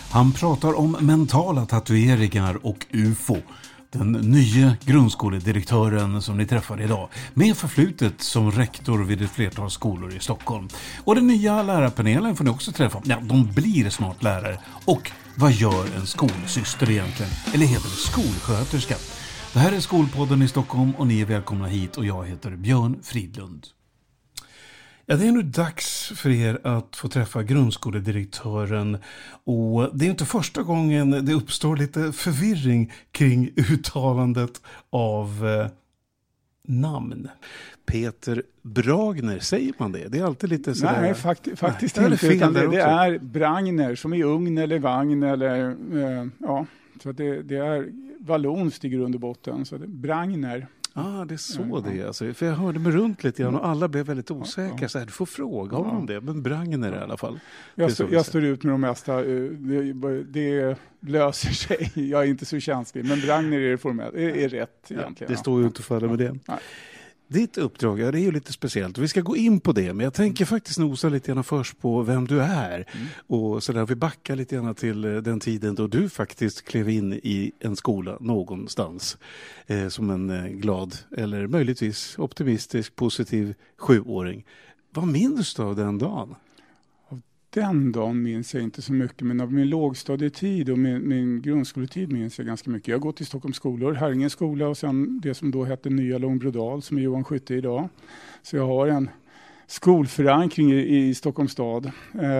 Han pratar om mentala tatueringar och UFO. Den nya grundskoledirektören som ni träffar idag, med förflutet som rektor vid ett flertal skolor i Stockholm. Och den nya lärarpanelen får ni också träffa. Ja, de blir snart lärare. Och vad gör en skolsyster egentligen? Eller heter det skolsköterska? Det här är Skolpodden i Stockholm och ni är välkomna hit och jag heter Björn Fridlund. Ja, det är nu dags för er att få träffa grundskoledirektören och det är inte första gången det uppstår lite förvirring kring uttalandet av namn. Peter Bragner, säger man det? Det är alltid lite sådär... Nej, faktiskt inte. Utan det är Bragner som är ugn eller vagn eller ja, så det är vallonskt i grund och botten, så det är Bragner. Det är så det är. Alltså, för jag hörde mig runt lite grann och alla blev väldigt osäkra. Så här, du får fråga honom det, men Bragner i alla fall. Jag står ut med de mesta. Det löser sig. Jag är inte så känslig. Men Bragner är formellt. Är rätt egentligen. Det står ju inte för med det. Nej. Ditt uppdrag, det är ju lite speciellt. Vi ska gå in på det, men jag tänker faktiskt nosa lite grann först på vem du är. Och så där vi backar lite grann till den tiden då du faktiskt klev in i en skola någonstans. Som en glad, eller möjligtvis optimistisk, positiv 7-åring. Vad minns du av den dagen? Den dagen minns jag inte så mycket, men av min lågstadietid och min grundskoletid minns jag ganska mycket. Jag har gått i Stockholms skolor, Herringens skola och sen det som då hette Nya Långbrodal som är Johan Skytte idag. Så jag har en skolförankring i Stockholms stad.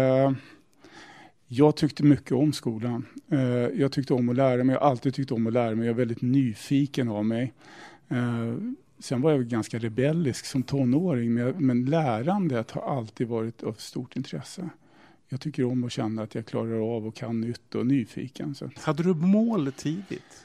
Jag tyckte mycket om skolan. Jag tyckte om att lära mig, jag har alltid tyckt om att lära mig. Jag är väldigt nyfiken av mig. Sen var jag ganska rebellisk som tonåring, men lärandet har alltid varit av stort intresse. Jag tycker om att känna att jag klarar av och kan nytt och nyfiken. Så. Hade du mål tidigt?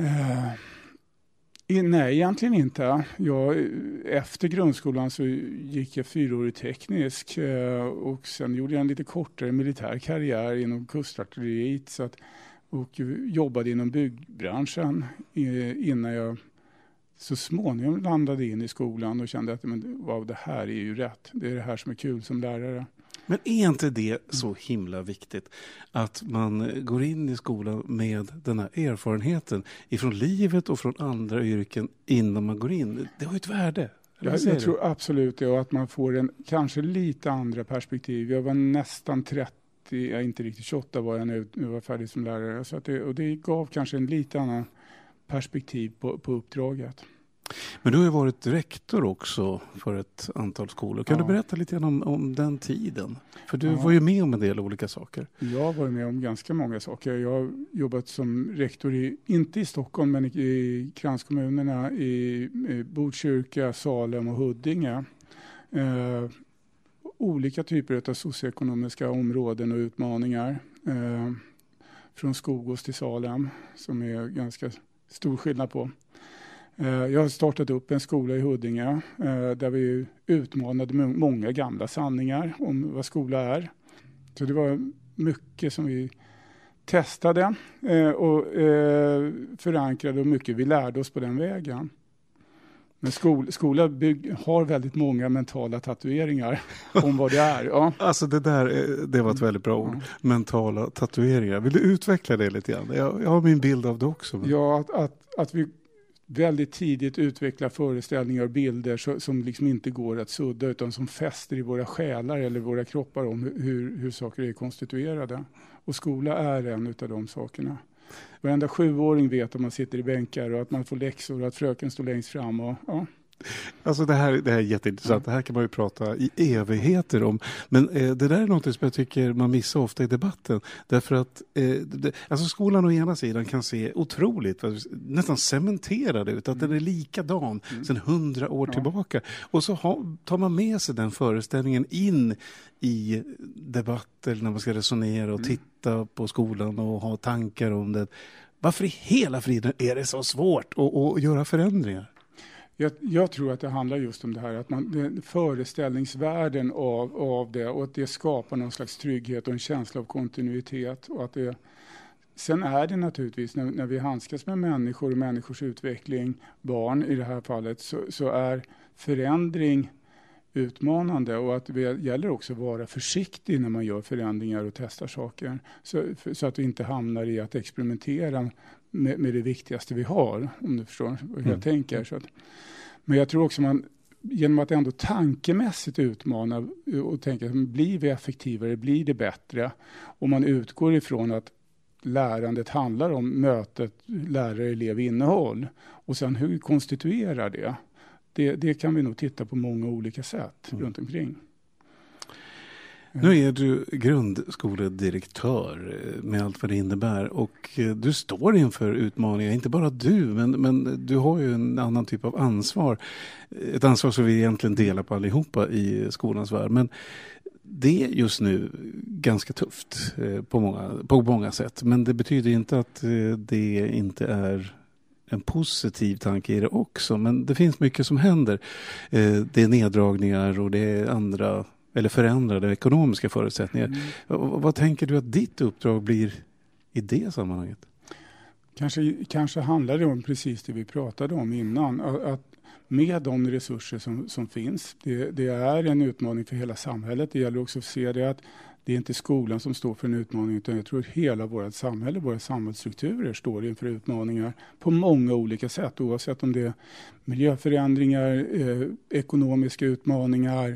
Nej, egentligen inte. Efter grundskolan så gick jag 4-årig teknisk och sen gjorde jag en lite kortare militär karriär inom kustartilleriet och jobbade inom byggbranschen innan jag så småningom landade in i skolan och kände att det här är ju rätt. Det är det här som är kul som lärare. Men är inte det så himla viktigt att man går in i skolan med den här erfarenheten ifrån livet och från andra yrken innan man går in? Det har ju ett värde. Jag tror absolut det, och att man får en kanske lite andra perspektiv. Jag var nästan 30, inte riktigt 28 var jag när jag var färdig som lärare. Så och det gav kanske en lite annan perspektiv på uppdraget. Men du har ju varit rektor också för ett antal skolor. Kan du berätta lite grann om den tiden? För du var ju med om en del olika saker. Jag har varit med om ganska många saker. Jag har jobbat som rektor inte i Stockholm men i kranskommunerna i Botkyrka, Salem och Huddinge. Olika typer av socioekonomiska områden och utmaningar. Från Skogås till Salem som är ganska stor skillnad på. Jag har startat upp en skola i Huddinge där vi utmanade många gamla sanningar om vad skola är. Så det var mycket som vi testade och förankrade och mycket vi lärde oss på den vägen. Men skola har väldigt många mentala tatueringar om vad det är. Ja. Alltså det var ett väldigt bra ord. Mentala tatueringar. Vill du utveckla det lite grann? Jag har min bild av det också. Men... Ja, att vi väldigt tidigt utvecklar föreställningar och bilder som liksom inte går att sudda utan som fäster i våra själar eller våra kroppar om hur saker är konstituerade. Och skola är en av de sakerna. Varenda 7-åring vet att man sitter i bänkar och att man får läxor och att fröken står längst fram. Och, ja. Alltså det här är jätteintressant. Det här kan man ju prata i evigheter om. Men det där är något som jag tycker man missar ofta i debatten. Därför att alltså skolan å ena sidan kan se otroligt, nästan cementerad ut. Att den är likadan sedan 100 år tillbaka. Och så tar man med sig den föreställningen in i debatter när man ska resonera och titta på skolan och ha tankar om det. Varför i hela friden är det så svårt att göra förändringar? Jag tror att det handlar just om det här, att föreställningsvärden av det och att det skapar någon slags trygghet och en känsla av kontinuitet. Och att sen är det naturligtvis när vi handskas med människor och människors utveckling, barn i det här fallet, så är förändring utmanande, och att det gäller också att vara försiktig när man gör förändringar och testar saker. Så att vi inte hamnar i att experimentera med det viktigaste vi har, om du förstår hur jag tänker. Men jag tror också genom att ändå tankemässigt utmana och tänka, blir vi effektivare, blir det bättre? Och man utgår ifrån att lärandet handlar om mötet lärare-elev-innehåll. Och sen hur konstituerar det? Det kan vi nog titta på många olika sätt runt omkring. Nu är du grundskoledirektör med allt vad det innebär, och du står inför utmaningar, inte bara du, men du har ju en annan typ av ansvar. Ett ansvar som vi egentligen delar på allihopa i skolans värld, men det är just nu ganska tufft på många sätt, men det betyder inte att det inte är en positiv tanke i det också, men det finns mycket som händer. Det är neddragningar och det är andra eller förändrade ekonomiska förutsättningar. Vad tänker du att ditt uppdrag blir i det sammanhanget? Kanske handlar det om precis det vi pratade om innan. Att med de resurser som finns, det är en utmaning för hela samhället. Det gäller också att se det att det är inte skolan som står för en utmaning, utan jag tror att hela vårt samhälle, våra samhällsstrukturer står inför utmaningar på många olika sätt. Oavsett om det är miljöförändringar, ekonomiska utmaningar,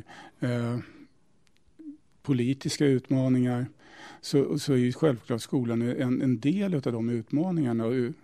politiska utmaningar, så är ju självklart skolan en del av de utmaningarna.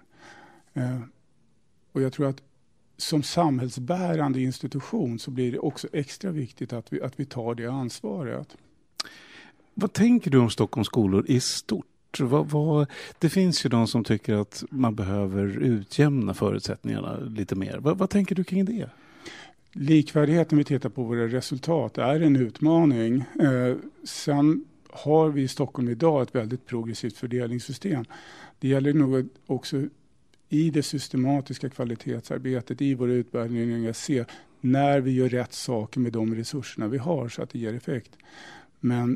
Och jag tror att som samhällsbärande institution så blir det också extra viktigt att vi tar det ansvaret. Vad tänker du om Stockholms skolor i stort? Det finns ju de som tycker att man behöver utjämna förutsättningarna lite mer. Vad tänker du kring det? Likvärdigheten, vi tittar på våra resultat, är en utmaning. Sen har vi i Stockholm idag ett väldigt progressivt fördelningssystem. Det gäller nog också i det systematiska kvalitetsarbetet, i våra utbildningar, att se när vi gör rätt saker med de resurserna vi har så att det ger effekt. Men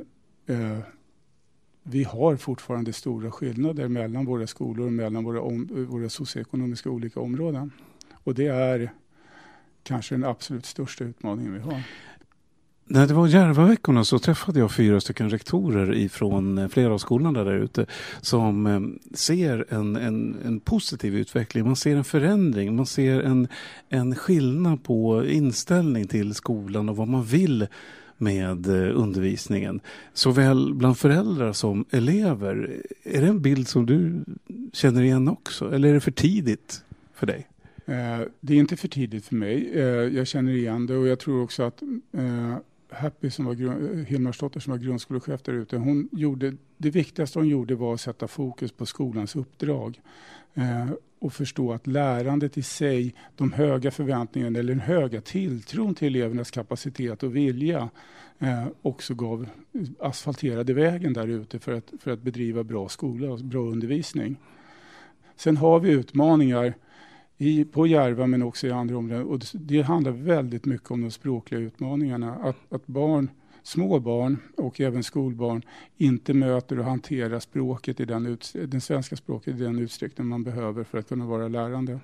vi har fortfarande stora skillnader mellan våra skolor och mellan våra socioekonomiska olika områden. Och det är kanske den absolut största utmaningen vi har. När det var Järvaveckorna så träffade jag 4 stycken rektorer ifrån flera av skolorna där ute som ser en positiv utveckling. Man ser en förändring, man ser en skillnad på inställning till skolan och vad man vill med undervisningen. Såväl bland föräldrar som elever. Är det en bild som du känner igen också? Eller är det för tidigt för dig? Det är inte för tidigt för mig. Jag känner igen det, och jag tror också att Happy, Hilmarsdotter, som var grundskolechef där ute, det viktigaste hon gjorde var att sätta fokus på skolans uppdrag och förstå att lärandet i sig, de höga förväntningarna eller den höga tilltron till elevernas kapacitet och vilja också asfalterade vägen där ute för att bedriva bra skola och bra undervisning. Sen har vi utmaningar på Järva men också i andra områden, och det handlar väldigt mycket om de språkliga utmaningarna. Att små barn och även skolbarn inte möter och hanterar språket den svenska språket i den utsträckning man behöver för att kunna vara lärande.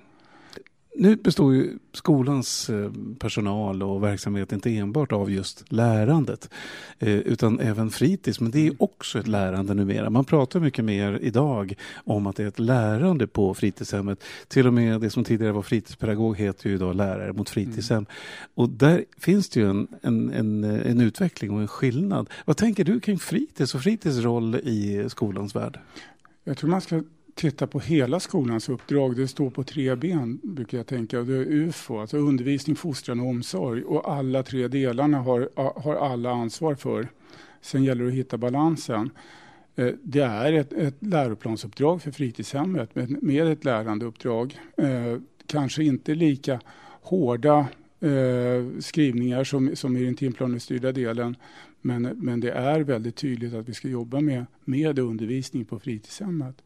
Nu består ju skolans personal och verksamhet inte enbart av just lärandet utan även fritids, men det är också ett lärande numera. Man pratar mycket mer idag om att det är ett lärande på fritidshemmet. Till och med det som tidigare var fritidspedagog heter ju idag lärare mot fritidshem. Och där finns det ju en utveckling och en skillnad. Vad tänker du kring fritids och fritids roll i skolans värld? Jag tror man ska titta på hela skolans uppdrag. Det står på 3 ben, brukar jag tänka. Det är UFO, alltså undervisning, fostran och omsorg. Och alla 3 delarna har alla ansvar för. Sen gäller det att hitta balansen. Det är ett läroplansuppdrag för fritidshemmet med ett lärandeuppdrag. Kanske inte lika hårda skrivningar som i den timplanestyrda delen. Men det är väldigt tydligt att vi ska jobba med undervisning på fritidshemmet.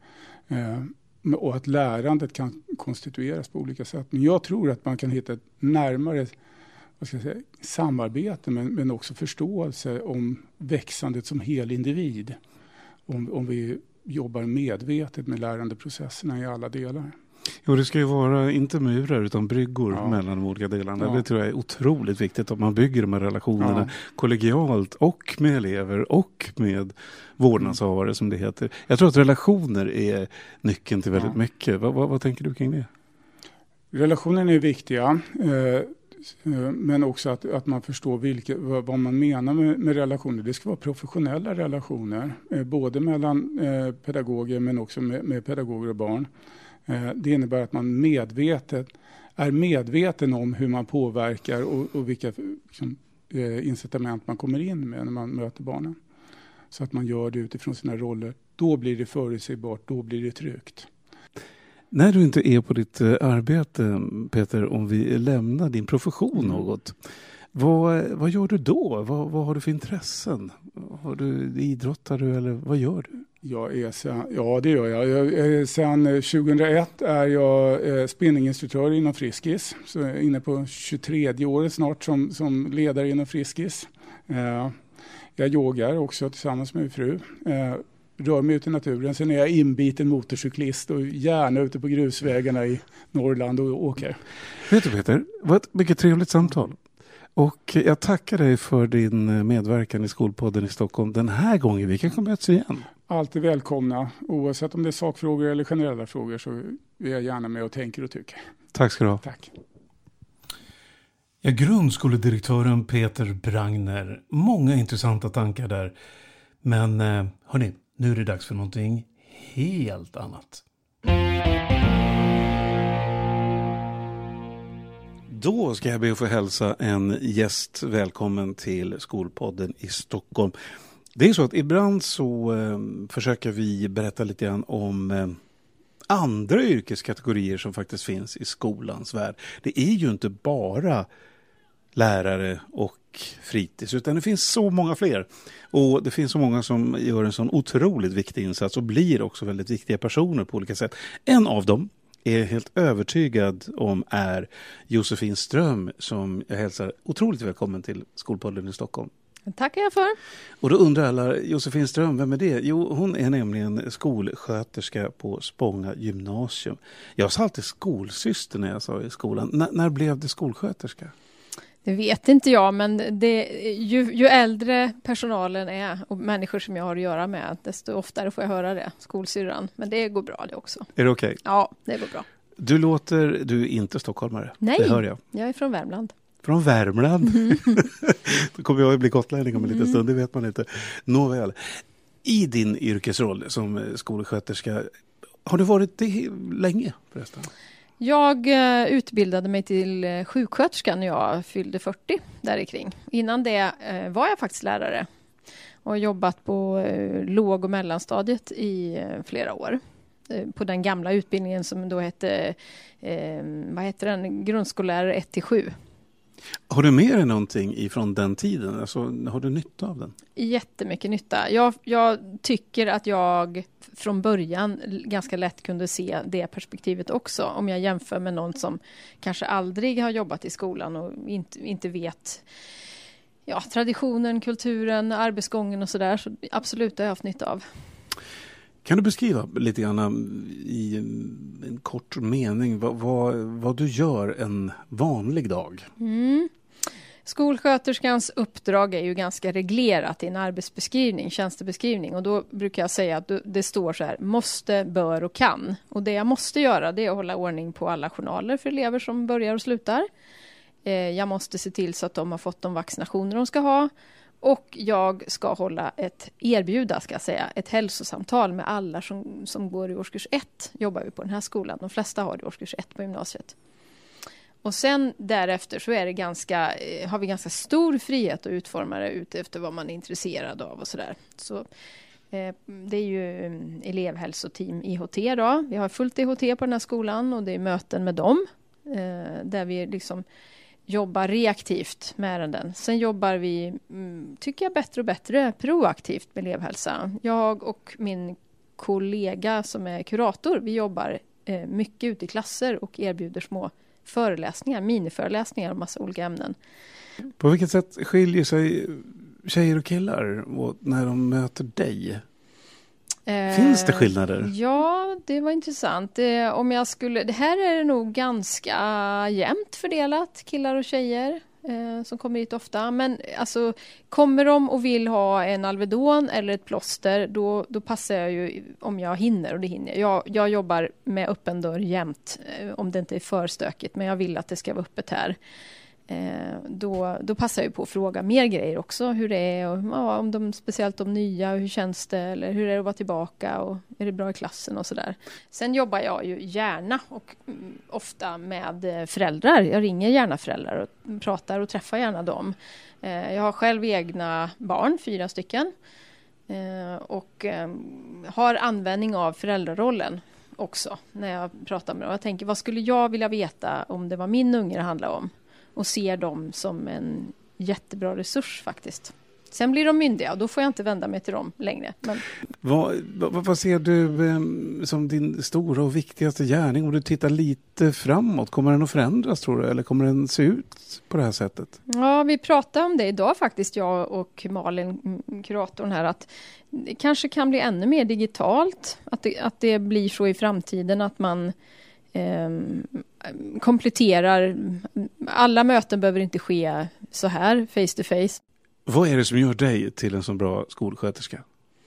Och att lärandet kan konstitueras på olika sätt. Men jag tror att man kan hitta ett närmare samarbete men också förståelse om växandet som hel individ. Om vi jobbar medvetet med lärandeprocesserna i alla delar. Jo, det ska ju vara inte murar utan bryggor mellan de olika delarna. Ja. Det tror jag är otroligt viktigt att man bygger de här relationerna kollegialt och med elever och med vårdnadshavare som det heter. Jag tror att relationer är nyckeln till väldigt mycket. Vad tänker du kring det? Relationen är viktiga. Men också att man förstår vad man menar med relationer. Det ska vara professionella relationer. Både mellan pedagoger men också med pedagoger och barn. Det innebär att man är medveten om hur man påverkar och vilka incitament man kommer in med när man möter barnen. Så att man gör det utifrån sina roller. Då blir det förutsägbart, då blir det tryggt. När du inte är på ditt arbete, Peter, om vi lämnar din profession något, vad gör du då? Vad har du för intressen? Idrottar du eller vad gör du? Det gör jag. Sedan 2001 är jag spinninginstruktör inom Friskis. Så jag är inne på 23 året snart som ledare inom Friskis. Jag yogar också tillsammans med min fru. Rör mig ut i naturen. Sen är jag inbiten motorcyklist och gärna ute på grusvägarna i Norrland och åker. Vet du Peter, vad ett mycket trevligt samtal. Och jag tackar dig för din medverkan i Skolpodden i Stockholm den här gången. Vi kanske möts igen. Alltid välkomna. Oavsett om det är sakfrågor eller generella frågor så är jag gärna med och tänker och tycker. Tack ska du ha. Tack. Ja, grundskoledirektören Peter Brangner. Många intressanta tankar där. Men hörni, nu är det dags för någonting helt annat. Då ska jag be att få hälsa en gäst välkommen till Skolpodden i Stockholm. Det är så att ibland så försöker vi berätta lite grann om andra yrkeskategorier som faktiskt finns i skolans värld. Det är ju inte bara lärare och fritids, utan det finns så många fler. Och det finns så många som gör en sån otroligt viktig insats och blir också väldigt viktiga personer på olika sätt. En av dem är helt övertygad om är Josefin Ström, som jag hälsar otroligt välkommen till Skolpodden i Stockholm. Tackar jag för. Och då undrar alla, Josefin Ström, vem är det? Jo, hon är nämligen skolsköterska på Spånga gymnasium. Jag sa alltid skolsyster när jag sa i skolan. När blev det skolsköterska? Det vet inte jag, men ju äldre personalen är och människor som jag har att göra med, desto oftare får jag höra det, skolsyrran. Men det går bra det också. Är det okej? Ja, det går bra. Du är inte stockholmare. Nej, det hör jag är från Värmland. Från Värmland? Mm. Då kommer jag att bli gotlänning om en liten stund, det vet man inte. Nåväl, i din yrkesroll som skolsköterska, har du varit det länge förresten? Jag utbildade mig till sjuksköterska när jag fyllde 40 där kring. Innan det var jag faktiskt lärare och jobbat på låg- och mellanstadiet i flera år. På den gamla utbildningen som då hette, grundskollärare 1-7. Har du med dig någonting ifrån den tiden? Alltså, har du nytta av den? Jättemycket nytta. Jag tycker att jag från början ganska lätt kunde se det perspektivet också. Om jag jämför med någon som kanske aldrig har jobbat i skolan och inte vet traditionen, kulturen, arbetsgången och sådär. Så absolut, det har jag haft nytta av. Kan du beskriva lite grann i en kort mening vad du gör en vanlig dag? Skolsköterskans uppdrag är ju ganska reglerat i en arbetsbeskrivning, tjänstebeskrivning. Och då brukar jag säga att det står så här, måste, bör och kan. Och det jag måste göra, det är att hålla ordning på alla journaler för elever som börjar och slutar. Jag måste se till så att de har fått de vaccinationer de ska ha. Och jag ska erbjuda ett hälsosamtal med alla som går i årskurs 1. Jobbar vi på den här skolan. De flesta har det i årskurs 1 på gymnasiet. Och sen därefter så har vi ganska stor frihet att utforma det ut efter vad man är intresserad av och sådär. Så det är ju elevhälsoteam IHT då. Vi har fullt IHT på den här skolan och det är möten med dem. Där vi liksom jobbar reaktivt med ärenden. Sen jobbar vi, tycker jag, bättre och bättre proaktivt med elevhälsa. Jag och min kollega som är kurator, vi jobbar mycket ute i klasser och erbjuder små föreläsningar, miniföreläsningar om massa olika ämnen. På vilket sätt skiljer sig tjejer och killar när de möter dig? Finns det skillnader? Ja, det var intressant. Det här är nog ganska jämnt fördelat, killar och tjejer som kommer hit ofta. Men alltså, kommer de och vill ha en Alvedon eller ett plåster, då passar jag ju om jag hinner, och det hinner jag jobbar med öppen dörr jämt, om det inte är för stökigt, men jag vill att det ska vara öppet här. Då passar jag på att fråga mer grejer också, hur det är, och om speciellt de nya, hur känns det, eller hur är det att vara tillbaka, och är det bra i klassen och sådär. Sen jobbar jag ju gärna och ofta med föräldrar. Jag ringer gärna föräldrar och pratar och träffar gärna dem. Jag har själv egna barn, 4 stycken, och har användning av föräldrarollen också när jag pratar med dem. Jag tänker, vad skulle jag vilja veta om det var min unge det handlade om? Och ser dem som en jättebra resurs faktiskt. Sen blir de myndiga och då får jag inte vända mig till dem längre. Men... Vad ser du som din stora och viktigaste gärning om du tittar lite framåt? Kommer den att förändras, tror du? Eller kommer den se ut på det här sättet? Ja, vi pratade om det idag faktiskt, jag och Malin, kuratorn här, att det kanske kan bli ännu mer digitalt. Att det blir så i framtiden att man kompletterar. Alla möten behöver inte ske så här face to face. Vad är det som gör dig till en så bra skolsköterska?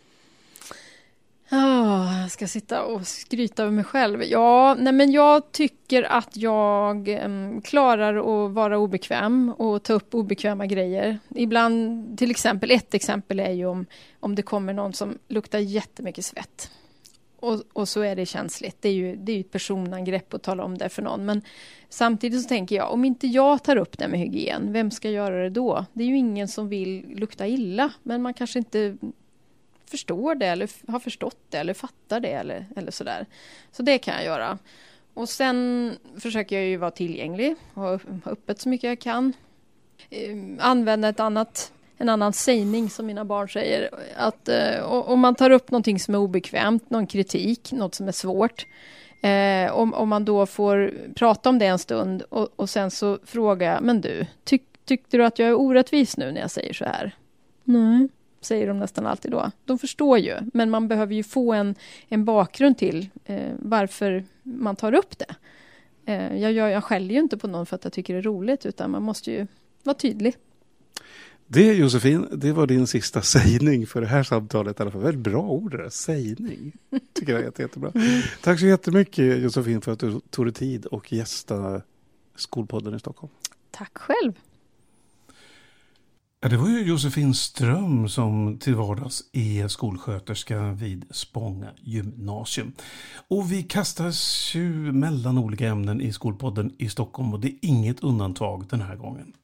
Jag ska sitta och skryta över mig själv. Men jag tycker att jag klarar att vara obekväm och ta upp obekväma grejer. Ibland, till exempel, ett exempel är ju om det kommer någon som luktar jättemycket svett. Och så är det känsligt. Det är ju ett personangrepp att tala om det för någon. Men samtidigt så tänker jag, om inte jag tar upp det med hygien, vem ska göra det då? Det är ju ingen som vill lukta illa. Men man kanske inte förstår det eller har förstått det eller fattar det eller sådär. Så det kan jag göra. Och sen försöker jag ju vara tillgänglig och ha öppet så mycket jag kan. Använda en annan sägning som mina barn säger, att om man tar upp någonting som är obekvämt, någon kritik, något som är svårt, om man då får prata om det en stund och sen så fråga, men du, tyckte du att jag är orättvis nu när jag säger så här? Nej, säger de nästan alltid då. De förstår ju, men man behöver ju få en bakgrund till varför man tar upp det. Jag skäller ju inte på någon för att jag tycker det är roligt, utan man måste ju vara tydlig. Det, Josefin, det var din sista sägning för det här samtalet. I alla fall. Väldigt bra ord det där. Sägning. Tycker jag är jättebra. Tack så jättemycket, Josefin, för att du tog dig tid och gästa Skolpodden i Stockholm. Tack själv. Ja, det var ju Josefin Ström som till vardags är skolsköterska vid Spånga gymnasium. Och vi kastas ju mellan olika ämnen i Skolpodden i Stockholm, och det är inget undantag den här gången.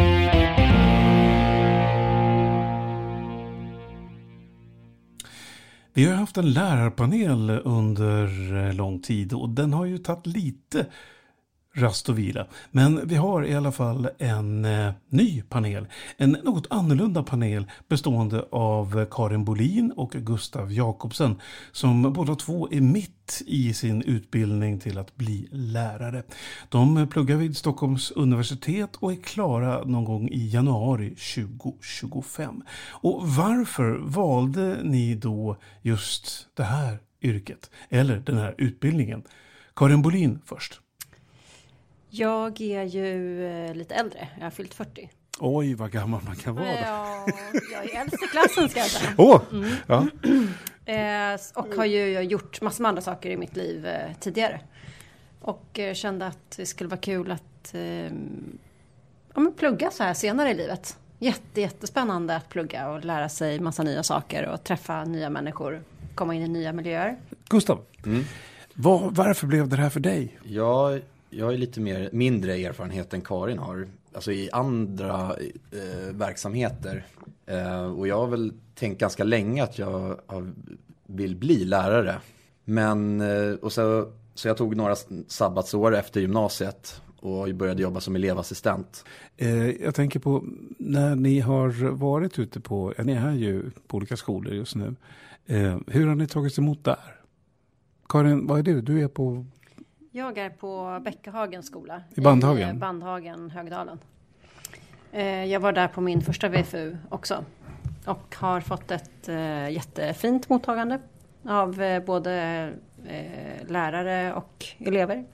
Vi har haft en lärarpanel under lång tid, och den har ju tagit lite rast och vila. Men vi har i alla fall en ny panel. En något annorlunda panel bestående av Karin Bolin och Gustav Jakobsen, som båda två är mitt i sin utbildning till att bli lärare. De pluggar vid Stockholms universitet och är klara någon gång i januari 2025. Och varför valde ni då just det här yrket eller den här utbildningen? Karin Bolin först. Jag är ju lite äldre. Jag har fyllt 40. Oj, vad gammal man kan vara. Ja, jag är äldst i klassen, ska jag säga. Ja. Och har ju gjort massor med andra saker i mitt liv tidigare. Och kände att det skulle vara kul att plugga så här senare i livet. Jättespännande att plugga och lära sig massa nya saker och träffa nya människor. Komma in i nya miljöer. Gustav, varför blev det här för dig? Jag har lite mindre erfarenhet än Karin har. Alltså i andra verksamheter. Och jag har väl tänkt ganska länge att jag vill bli lärare. Men så jag tog några sabbatsår efter gymnasiet och började jobba som elevassistent. Jag tänker på när ni har varit ute på, ni är ju på olika skolor just nu. Hur har ni tagits emot där? Karin, vad är du? Du är på... Jag är på Bäckahagens skola. I Bandhagen? I Bandhagen, Högdalen. Jag var där på min första VFU också. Och har fått ett jättefint mottagande. av både lärare och elever.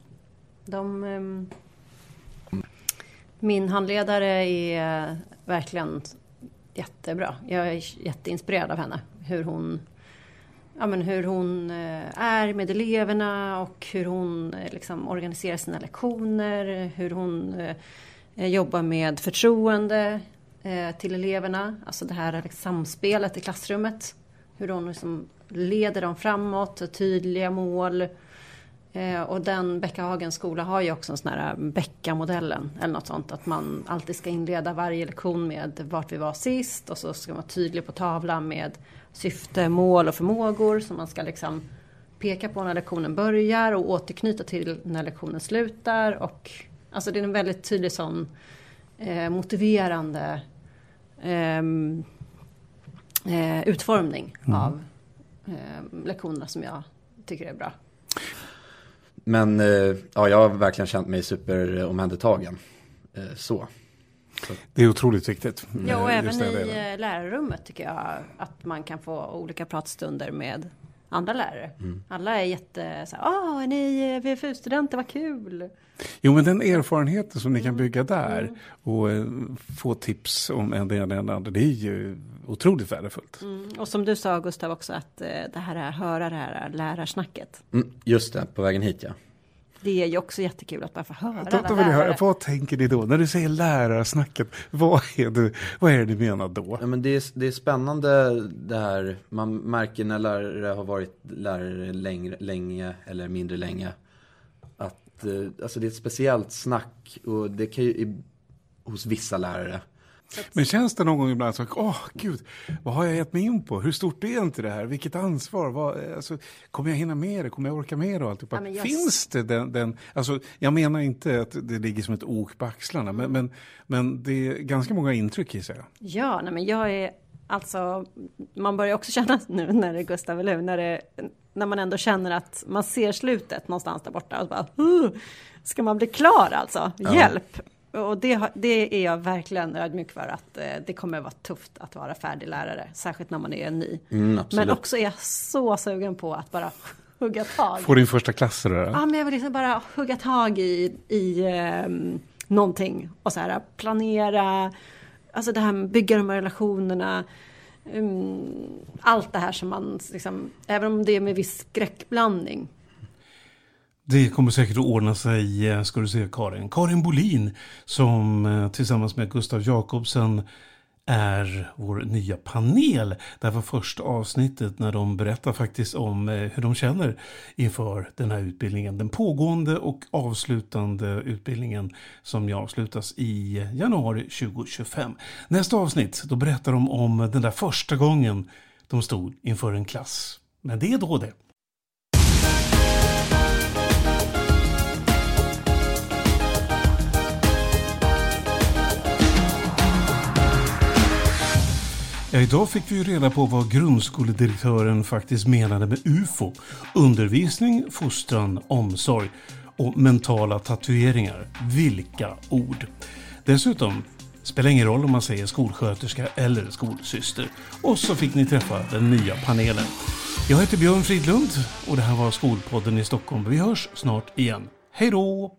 Min handledare är verkligen jättebra. Jag är jätteinspirerad av henne. Hur hon är med eleverna och hur hon liksom organiserar sina lektioner. Hur hon jobbar med förtroende till eleverna. Alltså det här liksom samspelet i klassrummet. Hur hon liksom leder dem framåt, tydliga mål. Och den Bäckahagens skola har ju också en sån här Bäckamodellen eller något sånt. Att man alltid ska inleda varje lektion med vart vi var sist. Och så ska man vara tydlig på tavlan med syfte, mål och förmågor. Som man ska liksom peka på när lektionen börjar och återknyta till när lektionen slutar. Och alltså det är en väldigt tydlig sån motiverande utformning av lektionerna som jag tycker är bra. Men ja, jag har verkligen känt mig superomhändertagen. Så. Det är otroligt viktigt. Ja, och även i lärarrummet tycker jag att man kan få olika pratstunder med andra lärare. Alla är jätte så här, ni är VFU-studenter, vad kul! Jo, men den erfarenheten som ni kan bygga där och få tips om en del eller andra, det är ju otroligt värdefullt. Och som du sa, Gustav, också att det här höra det här lärarsnacket. Just det, på vägen hit, ja. Det är ju också jättekul att bara få höra då vill jag höra, vad tänker ni då? När du säger lärarsnacket, vad är det du menar då? Ja, men det är spännande det här. Man märker när lärare har varit lärare länge eller mindre länge. Att alltså det är ett speciellt snack. Och det kan ju hos vissa lärare. Men känns det någon gång ibland så, gud, vad har jag gett mig in på? Hur stort är inte det här? Vilket ansvar? Kommer jag hinna med det? Kommer jag orka med det? Och allt? Ja, finns det den alltså, jag menar inte att det ligger som ett ok på axlarna, men det är ganska många intryck i sig. Ja, men jag är alltså, man börjar också känna nu när det är Gustav, eller när man ändå känner att man ser slutet någonstans där borta och bara, ska man bli klar alltså? Ja. Hjälp! Och det är jag verkligen ödmjuk för, att det kommer vara tufft att vara färdig lärare, särskilt när man är ny. Men också är jag så sugen på att bara hugga tag. Får din första klass då? Ja, men jag vill liksom bara hugga tag i någonting och så här planera, alltså det här med bygga de här relationerna, allt det här som man liksom, även om det är med viss skräckblandning. Det kommer säkert att ordna sig, ska du se, Karin Bolin, som tillsammans med Gustav Jakobsen är vår nya panel. Det här var första avsnittet när de berättar faktiskt om hur de känner inför den här utbildningen. Den pågående och avslutande utbildningen som avslutas i januari 2025. Nästa avsnitt, då berättar de om den där första gången de stod inför en klass. Men det är då det. Ja, idag fick vi ju reda på vad grundskoledirektören faktiskt menade med UFO. Undervisning, fostran, omsorg och mentala tatueringar. Vilka ord! Dessutom spelar ingen roll om man säger skolsköterska eller skolsyster. Och så fick ni träffa den nya panelen. Jag heter Björn Fridlund och det här var Skolpodden i Stockholm. Vi hörs snart igen. Hej då!